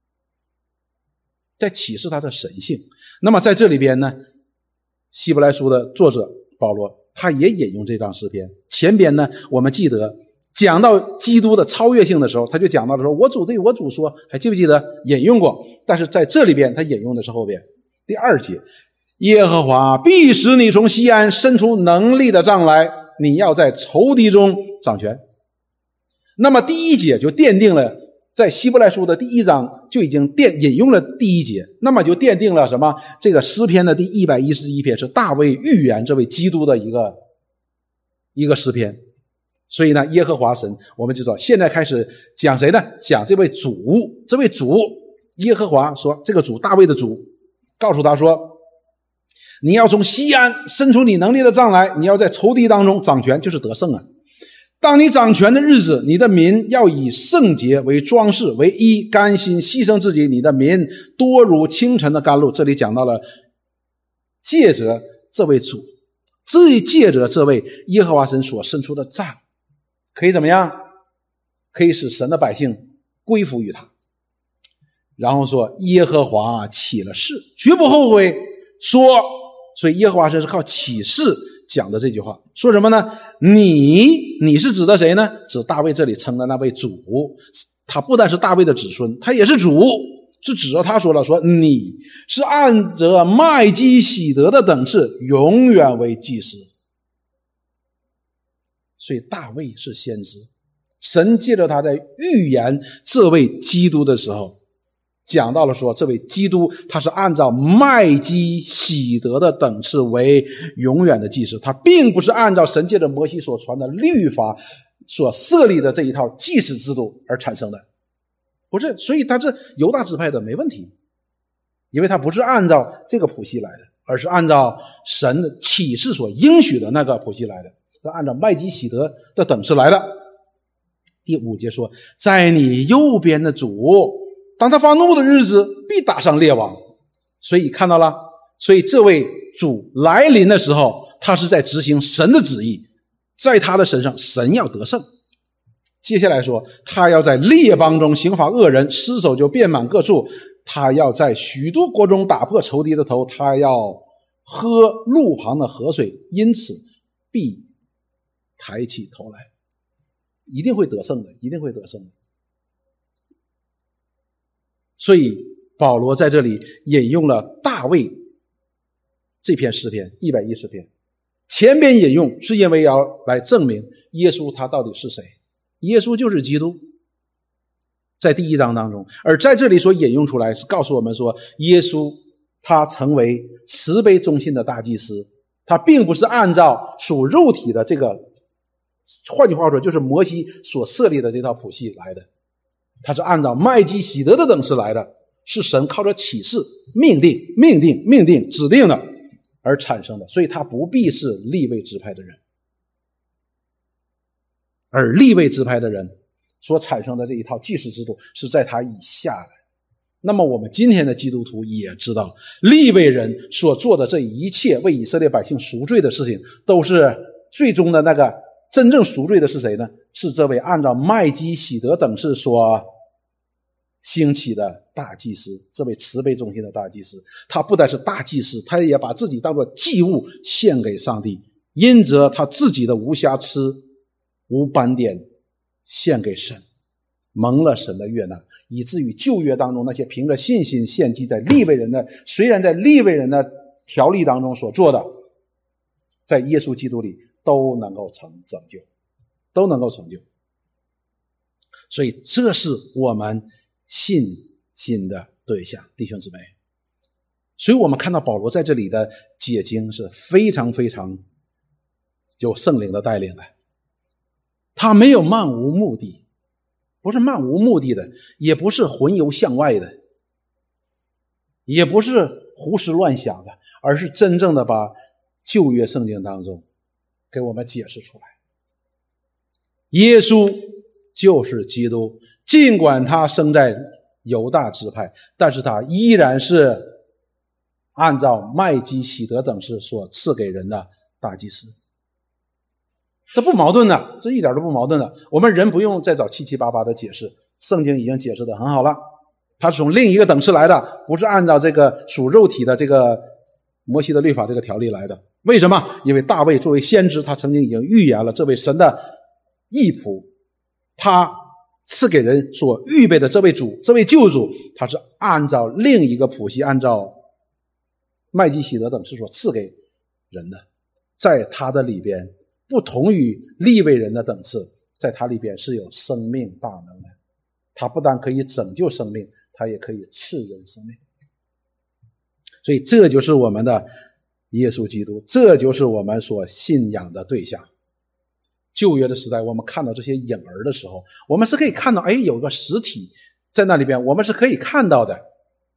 在启示他的神性。那么在这里边呢，希伯来书的作者保罗他也引用这张诗篇。前边呢我们记得讲到基督的超越性的时候，他就讲到的时候，我主对我主说，还记不记得引用过？但是在这里边他引用的是后边第二节，耶和华必使你从西安伸出能力的杖来，你要在仇敌中掌权。那么第一节就奠定了，在希伯来书的第一章就已经奠引用了第一节，那么就奠定了什么？这个诗篇的第一百一十一篇是大卫预言这位基督的一个一个诗篇。所以呢，耶和华神，我们就说现在开始讲谁呢？讲这位主，这位主耶和华说，这个主大卫的主告诉他说，你要从西安伸出你能力的杖来，你要在仇敌当中掌权，就是得胜啊。当你掌权的日子，你的民要以圣洁为装饰，为衣，甘心牺牲自己，你的民多如清晨的甘露。这里讲到了借着这位主，这借着这位耶和华神所伸出的杖，可以怎么样？可以使神的百姓归服于他。然后说，耶和华起了誓，绝不后悔，说所以耶和华神是靠启示讲的这句话，说什么呢？你你是指的谁呢？指大卫这里称的那位主，他不但是大卫的子孙，他也是主，是指着他说了，说你是按着麦基洗德的等次永远为祭司。所以大卫是先知，神借着他在预言这位基督的时候，讲到了说这位基督他是按照麦基洗德的等次为永远的祭司，他并不是按照神借着摩西所传的律法所设立的这一套祭司制度而产生的，不是。所以他是犹大支派的没问题，因为他不是按照这个谱系来的，而是按照神的启示所应许的那个谱系来的，是按照麦基洗德的等次来的。第五节说，在你右边的主，当他发怒的日子必打伤列王。所以看到了，所以这位主来临的时候，他是在执行神的旨意，在他的身上神要得胜。接下来说，他要在列邦中刑罚恶人，尸首就遍满各处，他要在许多国中打破仇敌的头，他要喝路旁的河水，因此必抬起头来。一定会得胜的，一定会得胜的。所以保罗在这里引用了大卫这篇诗篇一百一十篇，前边引用是因为要来证明耶稣他到底是谁，耶稣就是基督，在第一章当中。而在这里所引用出来是告诉我们说，耶稣他成为慈悲忠信的大祭司，他并不是按照属肉体的这个，换句话说就是摩西所设立的这套谱系来的，他是按照麦基洗德的等次来的，是神靠着启示命定命定命定指定的而产生的，所以他不必是利未支派的人。而利未支派的人所产生的这一套祭司制度是在他以下的。那么我们今天的基督徒也知道，利未人所做的这一切为以色列百姓赎罪的事情，都是最终的那个真正赎罪的是谁呢？是这位按照麦基洗德等次所兴起的大祭司，这位慈悲忠心的大祭司。他不但是大祭司，他也把自己当作祭物献给上帝，因着他自己的无瑕疵无斑点献给神，蒙了神的悦纳，以至于旧约当中那些凭着信心献祭在利未人的，虽然在利未人的条例当中所做的，在耶稣基督里都能够成拯救，都能够成就。所以这是我们信心的对象，弟兄姊妹。所以我们看到保罗在这里的解经是非常非常有圣灵的带领的，他没有漫无目的，不是漫无目的的，也不是魂游向外的，也不是胡思乱想的，而是真正的把旧约圣经当中给我们解释出来。耶稣就是基督，尽管他生在犹大支派，但是他依然是按照麦基洗德等次所赐给人的大祭司。这不矛盾的，这一点都不矛盾的。我们人不用再找七七八八的解释，圣经已经解释得很好了。他是从另一个等次来的，不是按照这个属肉体的这个摩西的律法这个条例来的。为什么？因为大卫作为先知，他曾经已经预言了这位神的义仆，他赐给人所预备的这位主，这位救主，他是按照另一个谱系，按照麦基洗德等次所赐给人的。在他的里边，不同于利未人的等次，在他里边是有生命大能的。他不但可以拯救生命，他也可以赐人生命。所以这就是我们的耶稣基督，这就是我们所信仰的对象。旧约的时代，我们看到这些影儿的时候，我们是可以看到，哎，有个实体在那里边，我们是可以看到的。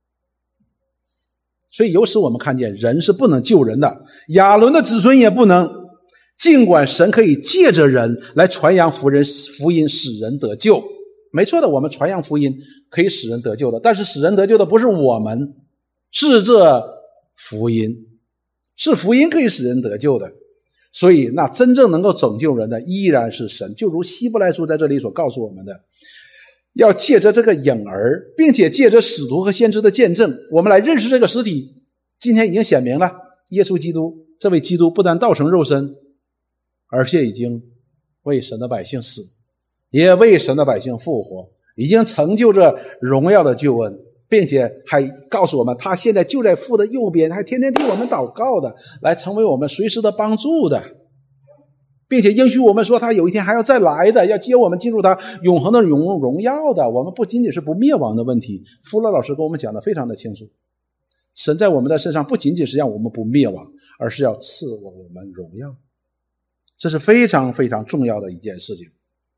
所以由此我们看见人是不能救人的，亚伦的子孙也不能，尽管神可以借着人来传扬福人福音使人得救，没错的，我们传扬福音可以使人得救的，但是使人得救的不是我们，是这福音，是福音可以使人得救的。所以那真正能够拯救人的依然是神，就如希伯来书在这里所告诉我们的，要借着这个影儿，并且借着使徒和先知的见证，我们来认识这个实体。今天已经显明了， 耶稣基督，这位基督不但道成肉身，而且已经为神的百姓死，也为神的百姓复活，已经成就着荣耀的救恩，并且还告诉我们他现在就在父的右边，还天天替我们祷告的，来成为我们随时的帮助的，并且应许我们说他有一天还要再来的，要接我们进入他永恒的荣荣耀的。我们不仅仅是不灭亡的问题，福乐老师跟我们讲的非常的清楚，神在我们的身上不仅仅是让我们不灭亡，而是要赐我们荣耀，这是非常非常重要的一件事情。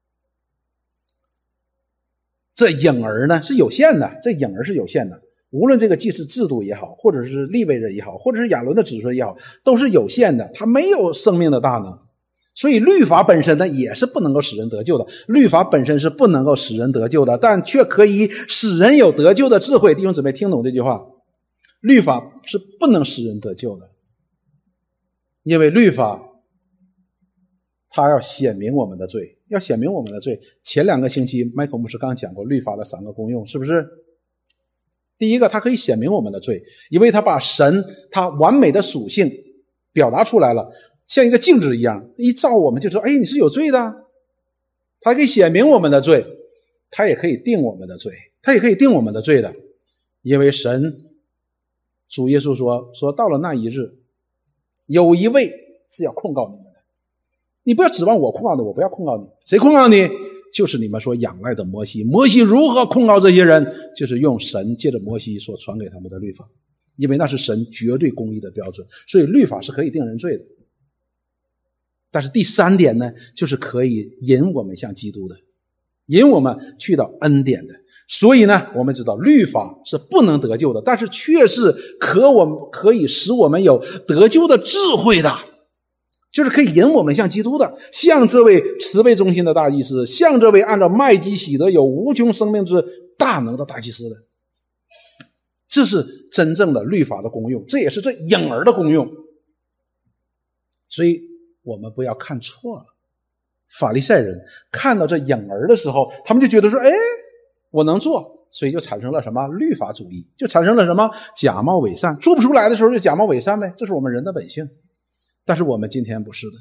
这影儿呢是有限的，这影儿是有限的，无论这个祭祀制度也好，或者是利未人也好，或者是亚伦的子孙也好，都是有限的，它没有生命的大能。所以律法本身呢也是不能够使人得救的，律法本身是不能够使人得救的，但却可以使人有得救的智慧。弟兄姊妹听懂这句话，律法是不能使人得救的，因为律法它要显明我们的罪，要显明我们的罪。前两个星期麦克牧师刚讲过律法的三个功用，是不是？第一个，它可以显明我们的罪，因为它把神它完美的属性表达出来了，像一个镜子一样，一照我们就知道，哎，你是有罪的。它可以显明我们的罪，它也可以定我们的罪，它也可以定我们的罪的。因为神主耶稣说说到了那一日，有一位是要控告你们的，你不要指望我控告你，我不要控告你。谁控告你？就是你们所仰赖的摩西。摩西如何控告这些人？就是用神借着摩西所传给他们的律法，因为那是神绝对公义的标准，所以律法是可以定人罪的。但是第三点呢，就是可以引我们向基督的，引我们去到恩典的。所以呢，我们知道律法是不能得救的，但是却是可我们可以使我们有得救的智慧的，就是可以引我们向基督的，像这位慈悲忠心的大祭司，像这位按照麦基洗德有无穷生命之大能的大祭司的。这是真正的律法的功用，这也是这影儿的功用。所以我们不要看错了，法利赛人看到这影儿的时候，他们就觉得说，哎，我能做，所以就产生了什么律法主义，就产生了什么假冒伪善，做不出来的时候就假冒伪善呗，这是我们人的本性。但是我们今天不是的，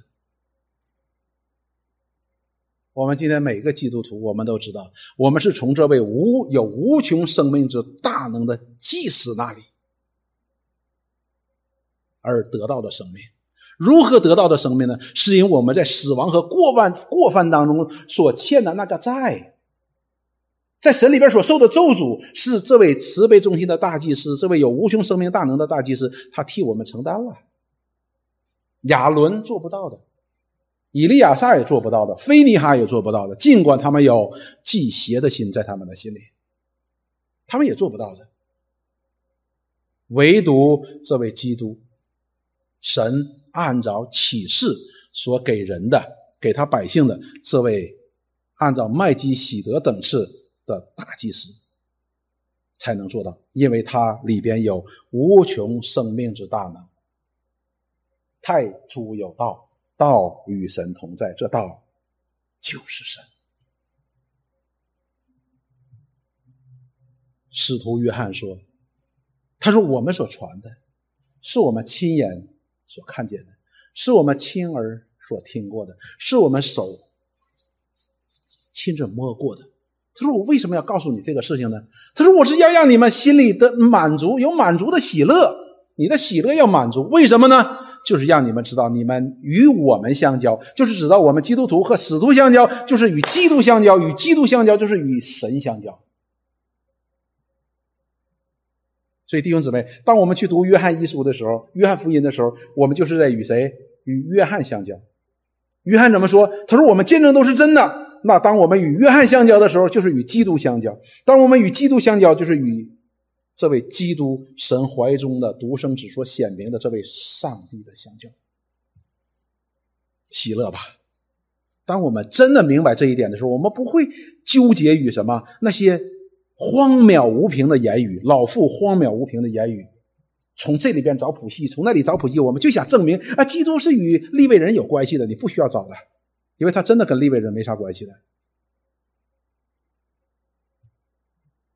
我们今天每个基督徒，我们都知道，我们是从这位无有无穷生命之大能的祭司那里而得到的生命。如何得到的生命呢？是因为我们在死亡和过犯过犯当中所欠的那个债，在神里边所受的咒诅，是这位慈悲忠心的大祭司，这位有无穷生命大能的大祭司，他替我们承担了。亚伦做不到的，以利亚撒也做不到的，非尼哈也做不到的，尽管他们有祭邪的心在他们的心里，他们也做不到的。唯独这位基督，神按照启示所给人的，给他百姓的这位按照麦基洗德等次的大祭司才能做到，因为他里边有无穷生命之大能。太初有道，道与神同在，这道就是神。使徒约翰说，他说我们所传的是我们亲眼所看见的，是我们亲耳所听过的，是我们手亲自摸过的。他说我为什么要告诉你这个事情呢？他说我是要让你们心里的满足，有满足的喜乐，你的喜乐要满足。为什么呢？就是让你们知道你们与我们相交，就是知道我们基督徒和使徒相交，就是与基督相交，与基督相交就是与神相交。所以弟兄姊妹，当我们去读约翰一书的时候，约翰福音的时候，我们就是在与谁？与约翰相交。约翰怎么说？他说我们见证都是真的。那当我们与约翰相交的时候，就是与基督相交。当我们与基督相交，就是与这位基督神怀中的独生子所显明的这位上帝的相交。喜乐吧！当我们真的明白这一点的时候，我们不会纠结于什么那些荒渺无凭的言语，老妇荒渺无凭的言语，从这里边找谱系，从那里找谱系，我们就想证明啊，基督是与利未人有关系的。你不需要找的，因为他真的跟利未人没啥关系的。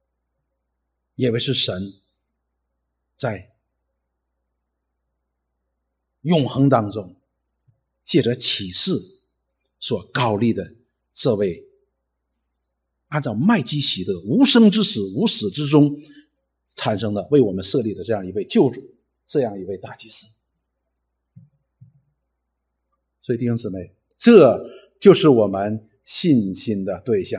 因为是神在永恒当中，借着启示所高立的这位按照麦基洗德无生之始无始之终产生的为我们设立的这样一位救主，这样一位大祭司。所以弟兄姊妹，这就是我们信心的对象。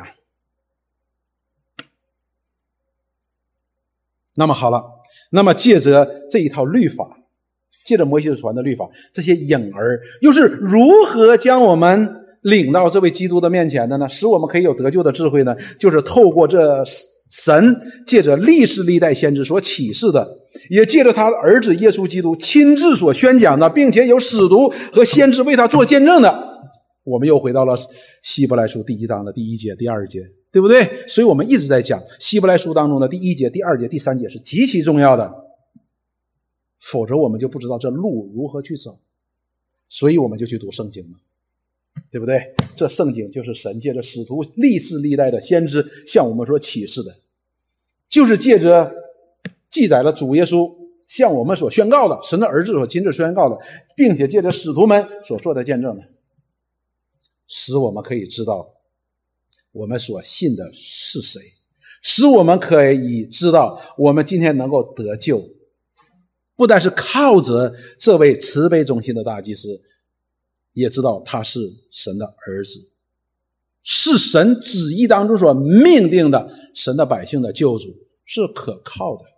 那么好了，那么借着这一套律法，借着摩西传的律法，这些影儿又是如何将我们领到这位基督的面前的呢？使我们可以有得救的智慧呢？就是透过这神借着历世历代先知所启示的，也借着他的儿子耶稣基督亲自所宣讲的，并且有使徒和先知为他做见证的。我们又回到了希伯来书第一章的第一节第二节，对不对？所以我们一直在讲希伯来书当中的第一节第二节第三节是极其重要的，否则我们就不知道这路如何去走。所以我们就去读圣经了，对不对？这圣经就是神借着使徒历世历代的先知向我们所启示的，就是借着记载了主耶稣向我们所宣告的，神的儿子所亲自宣告的，并且借着使徒们所做的见证的，使我们可以知道我们所信的是谁，使我们可以知道我们今天能够得救，不但是靠着这位慈悲忠心的大祭司，也知道他是神的儿子，是神旨意当中所命定的神的百姓的救主，是可靠的。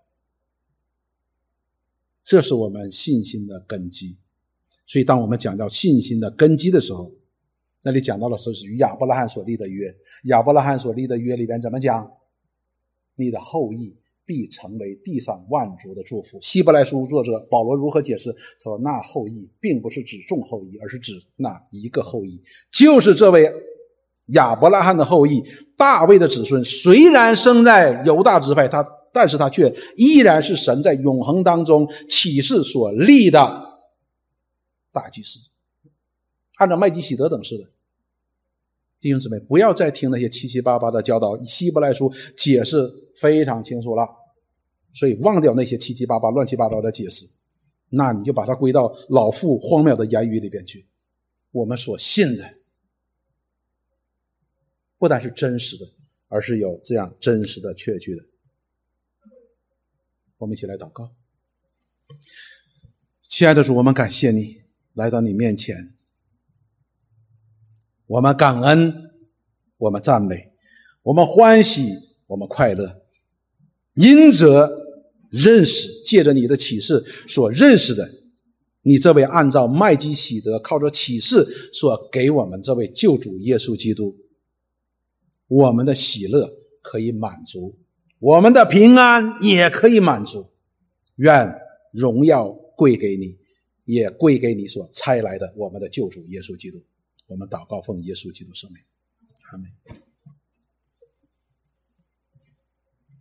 这是我们信心的根基。所以当我们讲到信心的根基的时候，那里讲到了是与亚伯拉罕所立的约。亚伯拉罕所立的约里边怎么讲？你的后裔必成为地上万族的祝福。希伯来书作者保罗如何解释？说那后裔并不是指众后裔，而是指那一个后裔，就是这位亚伯拉罕的后裔，大卫的子孙。虽然生在犹大支派，他但是他却依然是神在永恒当中启示所立的大祭司，按照麦基洗德等式的。弟兄姊妹，不要再听那些七七八八的教导，希伯来书解释非常清楚了，所以忘掉那些七七八八乱七八糟的解释，那你就把它归到老妇荒谬的言语里边去。我们所信的不但是真实的，而是有这样真实的确据的。我们一起来祷告。亲爱的主，我们感谢你来到你面前，我们感恩，我们赞美，我们欢喜，我们快乐，因着认识，借着你的启示所认识的你这位按照麦基洗德靠着启示所给我们这位救主耶稣基督，我们的喜乐可以满足，我们的平安也可以满足。愿荣耀归给你，也归给你所差来的我们的救主耶稣基督。我们祷告奉耶稣基督圣名，阿们。